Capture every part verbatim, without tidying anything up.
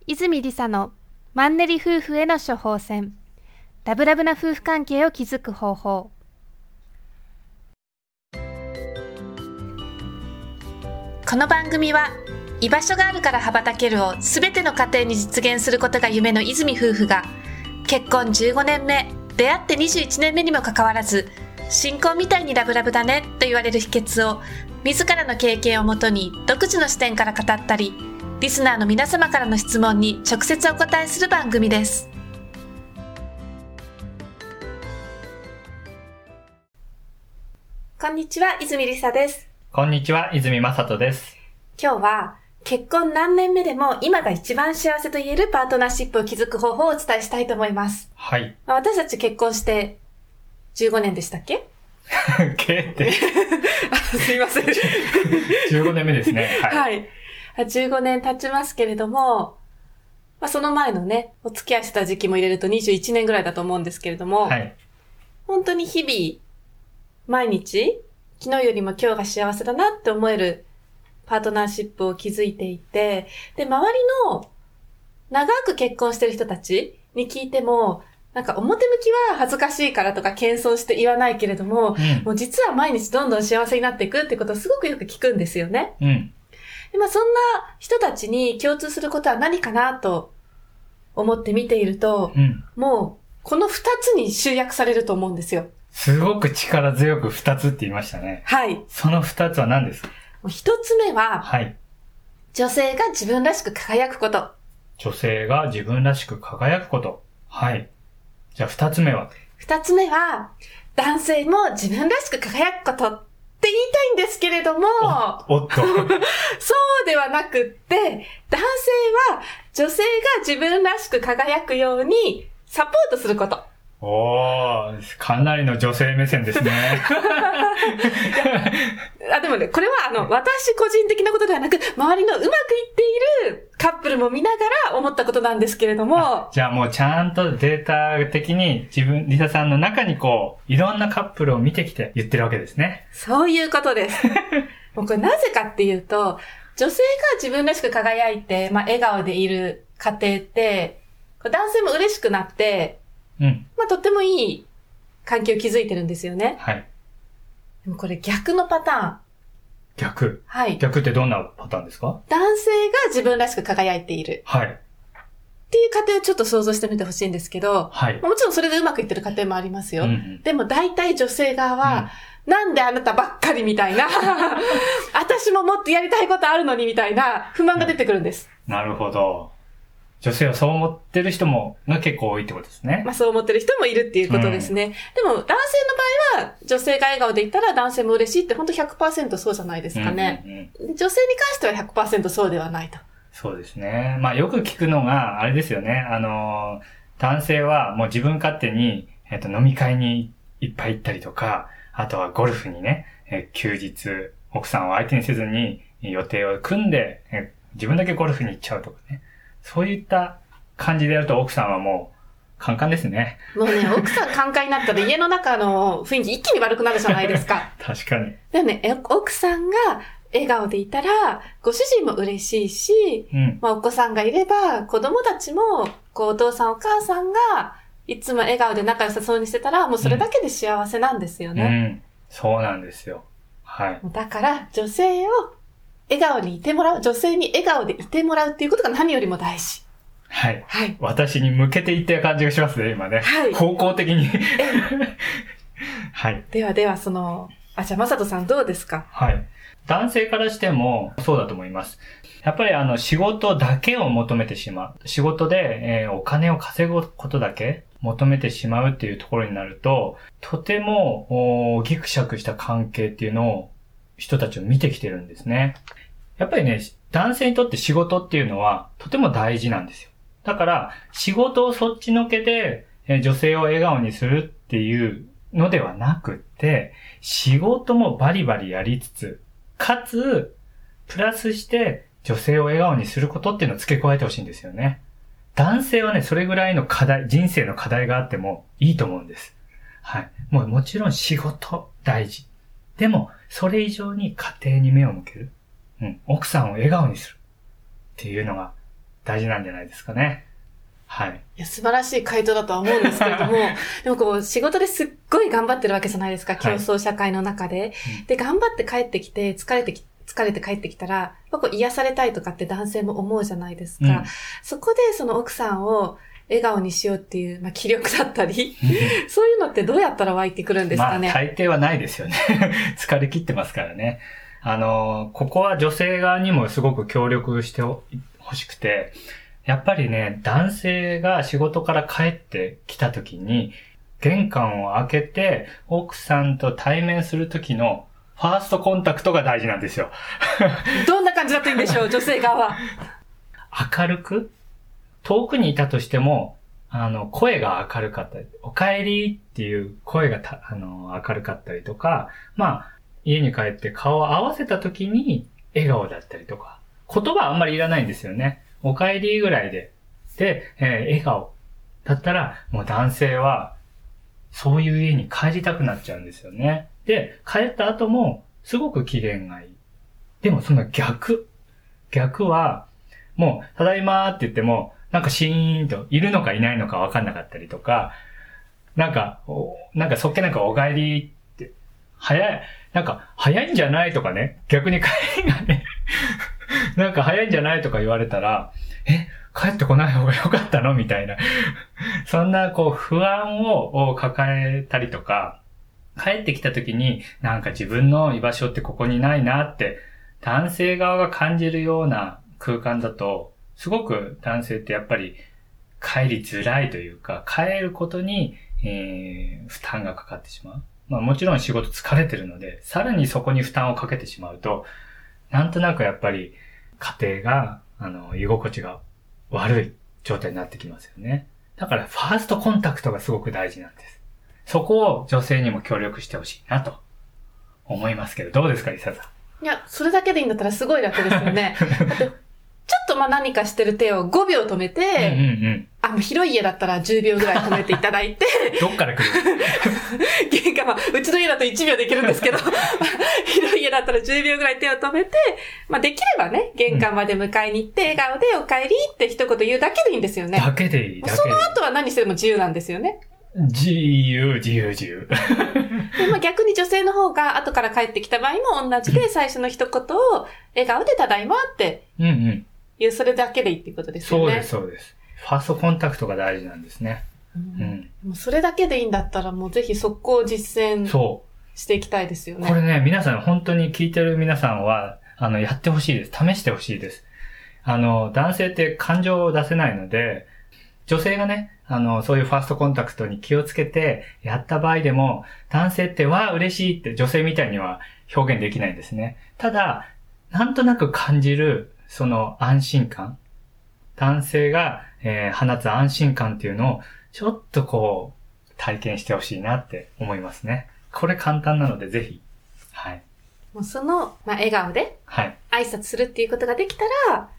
泉理沙のマンネリ夫婦への処方箋。ラブラブな夫婦関係を築く方法。この番組は居場所があるから羽ばたけるをすべての家庭に実現することが夢の泉夫婦が結婚じゅうごねんめ、出会ってにじゅういちねんめにもかかわらず新婚みたいにラブラブだねと言われる秘訣を自らの経験をもとに独自の視点から語ったり、リスナーの皆様からの質問に直接お答えする番組です。こんにちは、泉理沙です。 こんにちは、泉正人です。 今日は結婚何年目でも今が一番幸せと言えるパートナーシップを築く方法をお伝えしたいと思います。 はい。 私たち結婚してじゅうごねんでしたっけ？ けってすいません。 じゅうごねんめですね。はい。 はいじゅうごねん経ちますけれども、まあ、その前のね、お付き合いした時期も入れるとにじゅういちねんぐらいだと思うんですけれども、 はい、 本当に日々、毎日、昨日よりも今日が幸せだなって思えるパートナーシップを築いていて、で、周りの長く結婚してる人たちに聞いても、なんか表向きは恥ずかしいからとか謙遜して言わないけれども、うん、もう実は毎日どんどん幸せになっていくってことをすごくよく聞くんですよね。 うんでまあ、そんな人たちに共通することは何かなと思って見ていると、うん、もうこの二つに集約されると思うんですよ。 すごく力強く二つって言いましたね。 はい。 その二つは何ですか？ 一つ目は、 はい。 女性が自分らしく輝くこと。 女性が自分らしく輝くこと。はい。じゃあ二つ目は？ 二つ目は、男性も自分らしく輝くこと。って言いたいんですけれども、 お、おっとそうではなくって、男性は女性が自分らしく輝くようにサポートすること。 おー、かなりの女性目線ですね。 あでもね、これはあの、私個人的なことではなく、周りのうまくいっているカップルも見ながら思ったことなんですけれども。 じゃあもうちゃんとデータ的に自分、リサさんの中にこう、いろんなカップルを見てきて言ってるわけですね。 そういうことです。もうこれなぜかっていうと、女性が自分らしく輝いて、まあ笑顔でいる家庭って、男性も嬉しくなって、 うん。 まあとってもいい関係を築いてるんですよね。 はい。 でもこれ逆のパターン。 逆？ はい。 逆ってどんなパターンですか？ 男性が自分らしく輝いている。 はい。 っていう家庭をちょっと想像してみてほしいんですけど、 はい。 もちろんそれでうまくいってる家庭もありますよ。 うんうん、 でも大体女性側は、うん、なんであなたばっかりみたいな、私ももっとやりたいことあるのにみたいな不満が出てくるんです。 うん、なるほど。女性はそう思ってる人もが結構多いってことですね。 まあそう思ってる人もいるっていうことですね。うん、でも男性の場合は女性が笑顔でいたら男性も嬉しいって本当 ひゃくパーセント そうじゃないですかね、うんうんうん。女性に関しては ひゃくパーセント そうではないと。 そうですね。まあよく聞くのがあれですよね。あの、男性はもう自分勝手に、えっと、飲み会にいっぱい行ったりとか、あとはゴルフにね、え休日奥さんを相手にせずに予定を組んでえ自分だけゴルフに行っちゃうとかね。そういった感じでやると奥さんはもうカンカンですね。 もうね、奥さんカンカンになったら家の中の雰囲気一気に悪くなるじゃないですか。 確かに。 でもね、奥さんが笑顔でいたら、ご主人も嬉しいし、うん、まあお子さんがいれば、子供たちも、こうお父さんお母さんが、いつも笑顔で仲良さそうにしてたら、もうそれだけで幸せなんですよね。 うんうん、そうなんですよ。はい。 だから、女性を笑顔にいてもらう、女性に笑顔でいてもらうっていうことが何よりも大事。 はい。 はい。 私に向けていった感じがしますね、今ね。 はい。 方向的に。はい。 ではでは、その、あ、じゃあ、まさとさんどうですか？ はい。男性からしてもそうだと思います。やっぱりあの仕事だけを求めてしまう。仕事で、えー、お金を稼ぐことだけ求めてしまうっていうところになると、とてもギクシャクした関係っていうのを人たちを見てきてるんですね。やっぱりね、男性にとって仕事っていうのはとても大事なんですよ。だから仕事をそっちのけで、えー、女性を笑顔にするっていうのではなくって、仕事もバリバリやりつつ、かつ、プラスして女性を笑顔にすることっていうのを付け加えてほしいんですよね。男性はね、それぐらいの課題、人生の課題があってもいいと思うんです。はい。もうもちろん仕事大事。でも、それ以上に家庭に目を向ける。うん。奥さんを笑顔にする。っていうのが大事なんじゃないですかね。はい。 いや、素晴らしい回答だとは思うんですけれども、でもこう、仕事ですっごい頑張ってるわけじゃないですか、競争社会の中で。はい、で、頑張って帰ってきて、疲れてき、疲れて帰ってきたら、こう癒されたいとかって男性も思うじゃないですか。うん、そこでその奥さんを笑顔にしようっていう、まあ、気力だったり、そういうのってどうやったら湧いてくるんですかね。 まあ、大抵はないですよね。疲れ切ってますからね。あの、ここは女性側にもすごく協力してほしくて、やっぱりね、男性が仕事から帰ってきた時に、玄関を開けて、奥さんと対面する時のファーストコンタクトが大事なんですよ。 どんな感じだといいんでしょう、女性側は。 明るく、遠くにいたとしても、あの、声が明るかったり、お帰りっていう声がたあの明るかったりとか、まあ、家に帰って顔を合わせた時に笑顔だったりとか、言葉あんまりいらないんですよね。お帰りぐらいで。で、えー、笑顔だったら、もう男性は、そういう家に帰りたくなっちゃうんですよね。で、帰った後も、すごく機嫌がいい。でもその逆。逆は、もう、ただいまーって言っても、なんかシーンと、いるのかいないのか分かんなかったりとか、なんか、なんかそっけなんかお帰りって、早い、なんか、早いんじゃないとかね、逆に帰りがね、なんか早いんじゃないとか言われたら、え、帰ってこない方がよかったのみたいな。そんな、こう、不安を抱えたりとか、帰ってきた時に、なんか自分の居場所ってここにないなって、男性側が感じるような空間だと、すごく男性ってやっぱり帰りづらいというか、帰ることに、えー、負担がかかってしまう。まあもちろん仕事疲れてるので、さらにそこに負担をかけてしまうと、なんとなくやっぱり家庭が、あの、居心地が悪い状態になってきますよね。だからファーストコンタクトがすごく大事なんです。そこを女性にも協力してほしいなと思いますけど、どうですか、リサさん。 いや、それだけでいいんだったらすごい楽ですよね。だってちょっとまあ何かしてる手をごびょう止めて、うんうんうん、あの広い家だったらじゅうびょうぐらい止めていただいて、 どっから来る玄関は、うちの家だといちびょうできるんですけど、広い家だったらじゅうびょうぐらい手を止めて、まあできればね、玄関まで迎えに行って、笑顔でお帰りって一言言うだけでいいんですよね。 だけでいい。だけでいい。 その後は何しても自由なんですよね。 自由、自由、自由。 でまあ、逆に女性の方が後から帰ってきた場合も同じで、最初の一言を笑顔でただいまって言う、うんうんいうそれだけでいいっていうことですよね。 そうです、そうです。ファーストコンタクトが大事なんですね。 うんうん、もうそれだけでいいんだったらもうぜひ速攻実践していきたいですよね。 これね、皆さん本当に聞いてる皆さんは、あの、やってほしいです。試してほしいです。あの、男性って感情を出せないので、女性がね、あの、そういうファーストコンタクトに気をつけてやった場合でも、男性ってわあ嬉しいって女性みたいには表現できないんですね。ただ、なんとなく感じるその安心感、男性が、えー、放つ安心感っていうのをちょっとこう体験してほしいなって思いますね。これ簡単なのでぜひ、はい。 もうその、まあ、笑顔で挨拶するっていうことができたら、はい、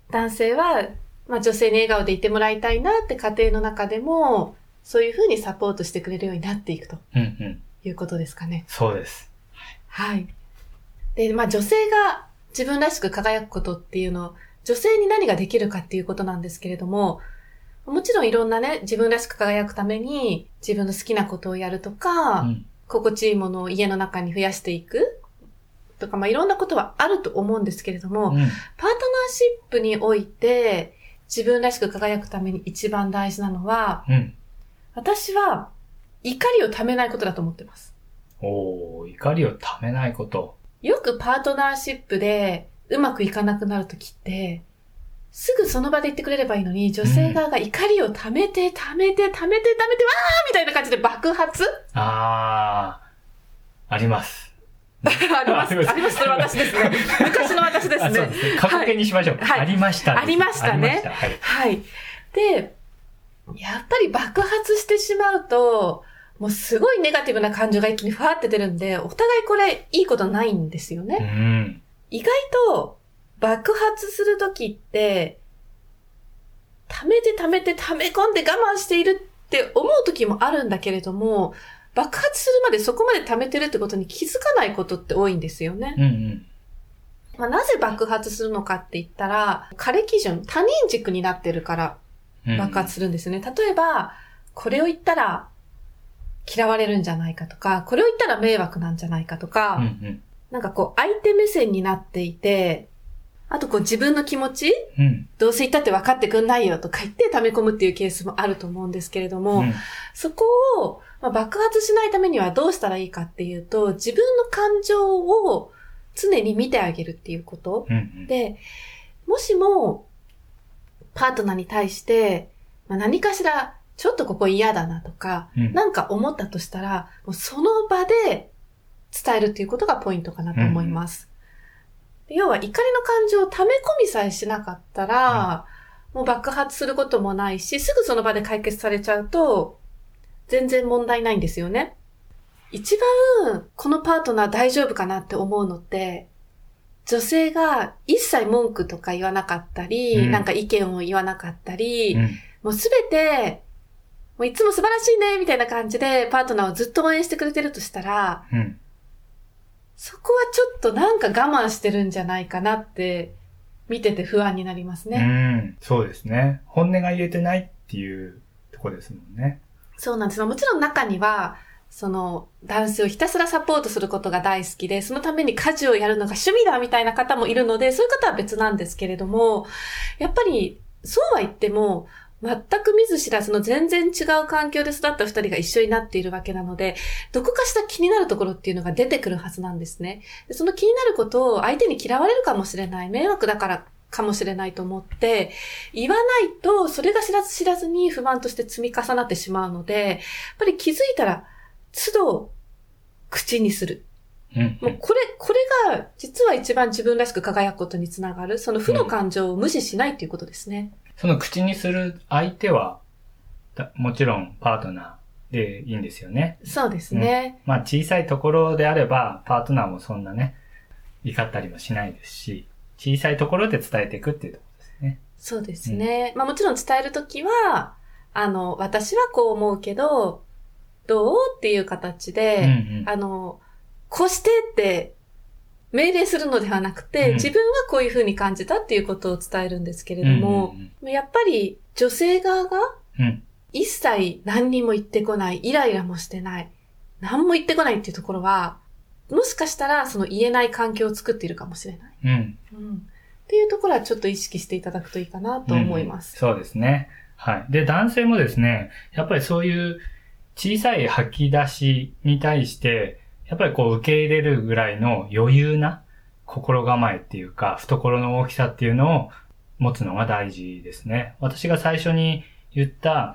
男性は、まあ、女性に笑顔でいてもらいたいなって家庭の中でもそういうふうにサポートしてくれるようになっていくと、うんうん、いうことですかね。 そうです。 はい。で、まあ女性が自分らしく輝くことっていうのを、女性に何ができるかっていうことなんですけれども、もちろんいろんなね、自分らしく輝くために自分の好きなことをやるとか、うん、心地いいものを家の中に増やしていくとか、まあいろんなことはあると思うんですけれども、うん、パートナーシップにおいて自分らしく輝くために一番大事なのは、うん、私は怒りをためないことだと思ってます。 おー、怒りをためないこと。 よくパートナーシップでうまくいかなくなるときって、すぐその場で言ってくれればいいのに、女性側が怒りを溜めて、溜めて、溜めて、溜めて、わーみたいな感じで爆発あー、あります。 あります。あります。それ私ですね。昔の私ですね。 そうですね。過去形にしましょう。はい、ありました、 ありましたね。はい、はい。で、やっぱり爆発してしまうと、もうすごいネガティブな感情が一気にふわって出るんで、お互いこれいいことないんですよね。うん、意外と爆発するときって、溜めて溜めて溜め込んで我慢しているって思うときもあるんだけれども、爆発するまでそこまで溜めてるってことに気づかないことって多いんですよね。うんうん、 まあ、なぜ爆発するのかって言ったら、彼基準、他人軸になってるから爆発するんですよね。うん、例えば、これを言ったら嫌われるんじゃないかとか、これを言ったら迷惑なんじゃないかとか、うんうん、なんかこう相手目線になっていて、あとこう自分の気持ち、うん、どうせ言ったって分かってくんないよとか言って溜め込むっていうケースもあると思うんですけれども、うん、そこを、まあ、爆発しないためにはどうしたらいいかっていうと、自分の感情を常に見てあげるっていうこと、うんうん、で、もしもパートナーに対して、まあ、何かしらちょっとここ嫌だなとか、うん、なんか思ったとしたら、もうその場で伝えるっていうことがポイントかなと思います。うん、要は怒りの感情を溜め込みさえしなかったら、うん、もう爆発することもないし、すぐその場で解決されちゃうと、全然問題ないんですよね。一番このパートナー大丈夫かなって思うのって、女性が一切文句とか言わなかったり、うん、なんか意見を言わなかったり、うん、もうすべて、もういつも素晴らしいねみたいな感じでパートナーをずっと応援してくれてるとしたら、うん、そこはちょっとなんか我慢してるんじゃないかなって見てて不安になりますね。 うん、そうですね。本音が言えてないっていうところですもんね。 そうなんです。もちろん中には、その男性をひたすらサポートすることが大好きで、そのために家事をやるのが趣味だみたいな方もいるので、そういう方は別なんですけれども、やっぱりそうは言っても、全く見ず知らずの全然違う環境で育った二人が一緒になっているわけなので、どこかしら気になるところっていうのが出てくるはずなんですね。でその気になることを相手に嫌われるかもしれない、迷惑だからかもしれないと思って、言わないとそれが知らず知らずに不満として積み重なってしまうので、やっぱり気づいたら都度口にする。うん、もうこれ、これが実は一番自分らしく輝くことにつながる、その負の感情を無視しないということですね。 うんその口にする相手は、もちろんパートナーでいいんですよね。 そうですね。 うん、まあ小さいところであれば、パートナーもそんなね、怒ったりもしないですし、小さいところで伝えていくっていうところですね。 そうですね。うん、まあもちろん伝えるときは、あの、私はこう思うけど、どうっていう形で、うんうん、あの、こうしてって命令するのではなくて、うん、自分はこういう風に感じたっていうことを伝えるんですけれども、うんうんうん、やっぱり女性側が一切何にも言ってこない、イライラもしてない、何も言ってこないっていうところは、もしかしたらその言えない環境を作っているかもしれない。うんうん、っていうところはちょっと意識していただくといいかなと思います。 うん、そうですね。はい。で、男性もですね、やっぱりそういう小さい吐き出しに対して、やっぱりこう受け入れるぐらいの余裕な心構えっていうか、懐の大きさっていうのを持つのが大事ですね。私が最初に言った、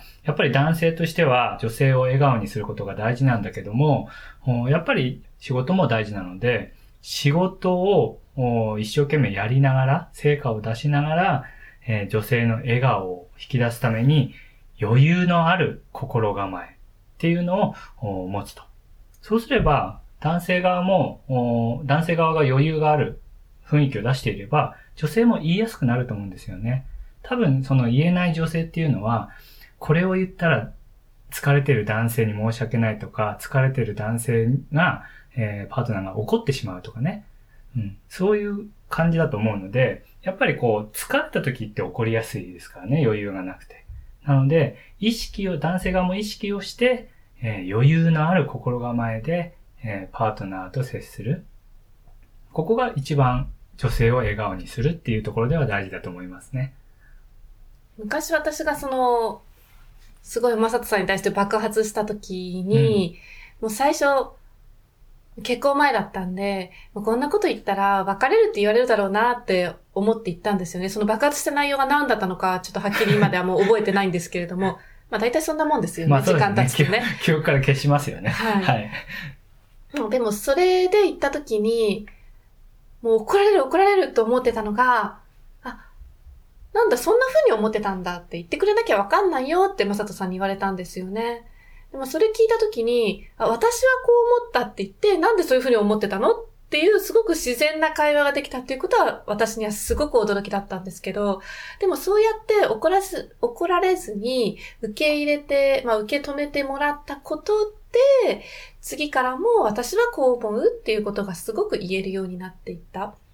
やっぱり男性としては女性を笑顔にすることが大事なんだけども、やっぱり仕事も大事なので、仕事を一生懸命やりながら、成果を出しながら、えー、女性の笑顔を引き出すために余裕のある心構えっていうのを持つと。そうすれば、男性側も、男性側が余裕がある雰囲気を出していれば、女性も言いやすくなると思うんですよね。多分、その言えない女性っていうのは、これを言ったら疲れてる男性に申し訳ないとか、疲れてる男性が、えー、パートナーが怒ってしまうとかね。うん。そういう感じだと思うので、やっぱりこう、疲れた時って怒りやすいですからね、余裕がなくて。なので、意識を、男性側も意識をして、えー、余裕のある心構えで、えー、パートナーと接する。ここが一番女性を笑顔にするっていうところでは大事だと思いますね。 昔私がその、すごいマサトさんに対して爆発した時に、うん、もう最初、結婚前だったんで、こんなこと言ったら別れるって言われるだろうなって思って言ったんですよね。その爆発した内容が何だったのか、ちょっとはっきり今ではもう覚えてないんですけれども、まあ大体そんなもんですよね。 まあそうですね。 時間経つとね。 記憶から消しますよね。はい。はい、 でもそれで言った時に、もう怒られる怒られると思ってたのが、あ、なんだそんな風に思ってたんだって言ってくれなきゃわかんないよってマサトさんに言われたんですよね。でもそれ聞いたときに、あ、私はこう思ったって言って、なんでそういうふうに思ってたのっていうすごく自然な会話ができたっていうことは私にはすごく驚きだったんですけど、でもそうやって怒らず、怒られずに受け入れて、まあ受け止めてもらったことで、次からも私はこう思うっていうことがすごく言えるようになっていった。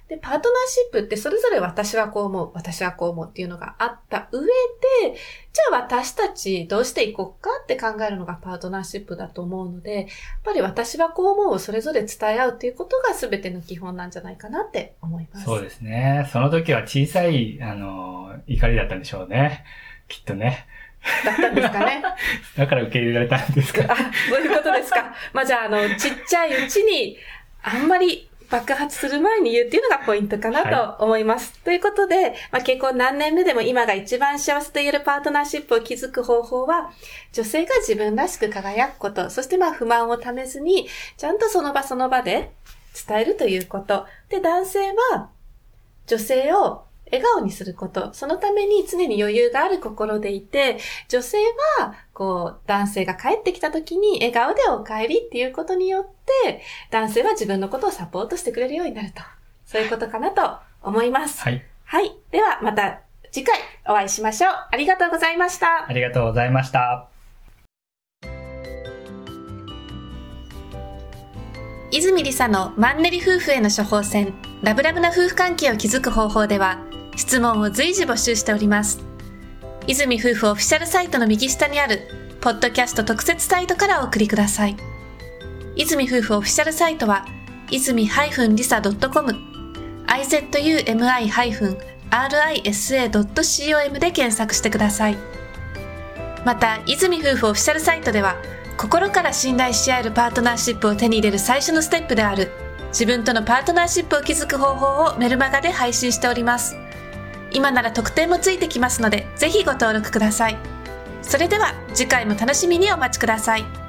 で、パートナーシップってそれぞれ私はこう思う、私はこう思うっていうのがあった上で、じゃあ私たちどうしていこうかって考えるのがパートナーシップだと思うので、やっぱり私はこう思うをそれぞれ伝え合うっていうことが全ての基本なんじゃないかなって思います。 そうですね。その時は小さい、あの、怒りだったんでしょうね。きっとね。 だったんですかね。 だから受け入れられたんですか。 あ、そういうことですか。まあじゃあ、あの、ちっちゃいうちに、あんまり爆発する前に言うっていうのがポイントかなと思います。はい、ということで、まあ、結婚何年目でも今が一番幸せと言えるパートナーシップを築く方法は、女性が自分らしく輝くこと、そしてまあ不満をためずに、ちゃんとその場その場で伝えるということ。で、男性は女性を笑顔にすること。そのために常に余裕がある心でいて、女性は、こう、男性が帰ってきた時に笑顔でお帰りっていうことによって、男性は自分のことをサポートしてくれるようになると。そういうことかなと思います。 はい。 はい。では、また次回お会いしましょう。ありがとうございました。 ありがとうございました。 泉理沙のマンネリ夫婦への処方箋、ラブラブな夫婦関係を築く方法では、質問を随時募集しております。泉夫婦オフィシャルサイトの右下にあるポッドキャスト特設サイトからお送りください。泉夫婦オフィシャルサイトは泉リサ ドットコム アイゼットユーエムアイ アールアイエスエー ドット コム で検索してください。また泉夫婦オフィシャルサイトでは心から信頼し合えるパートナーシップを手に入れる最初のステップである自分とのパートナーシップを築く方法をメルマガで配信しております。今なら特典もついてきますので、ぜひご登録ください。それでは次回も楽しみにお待ちください。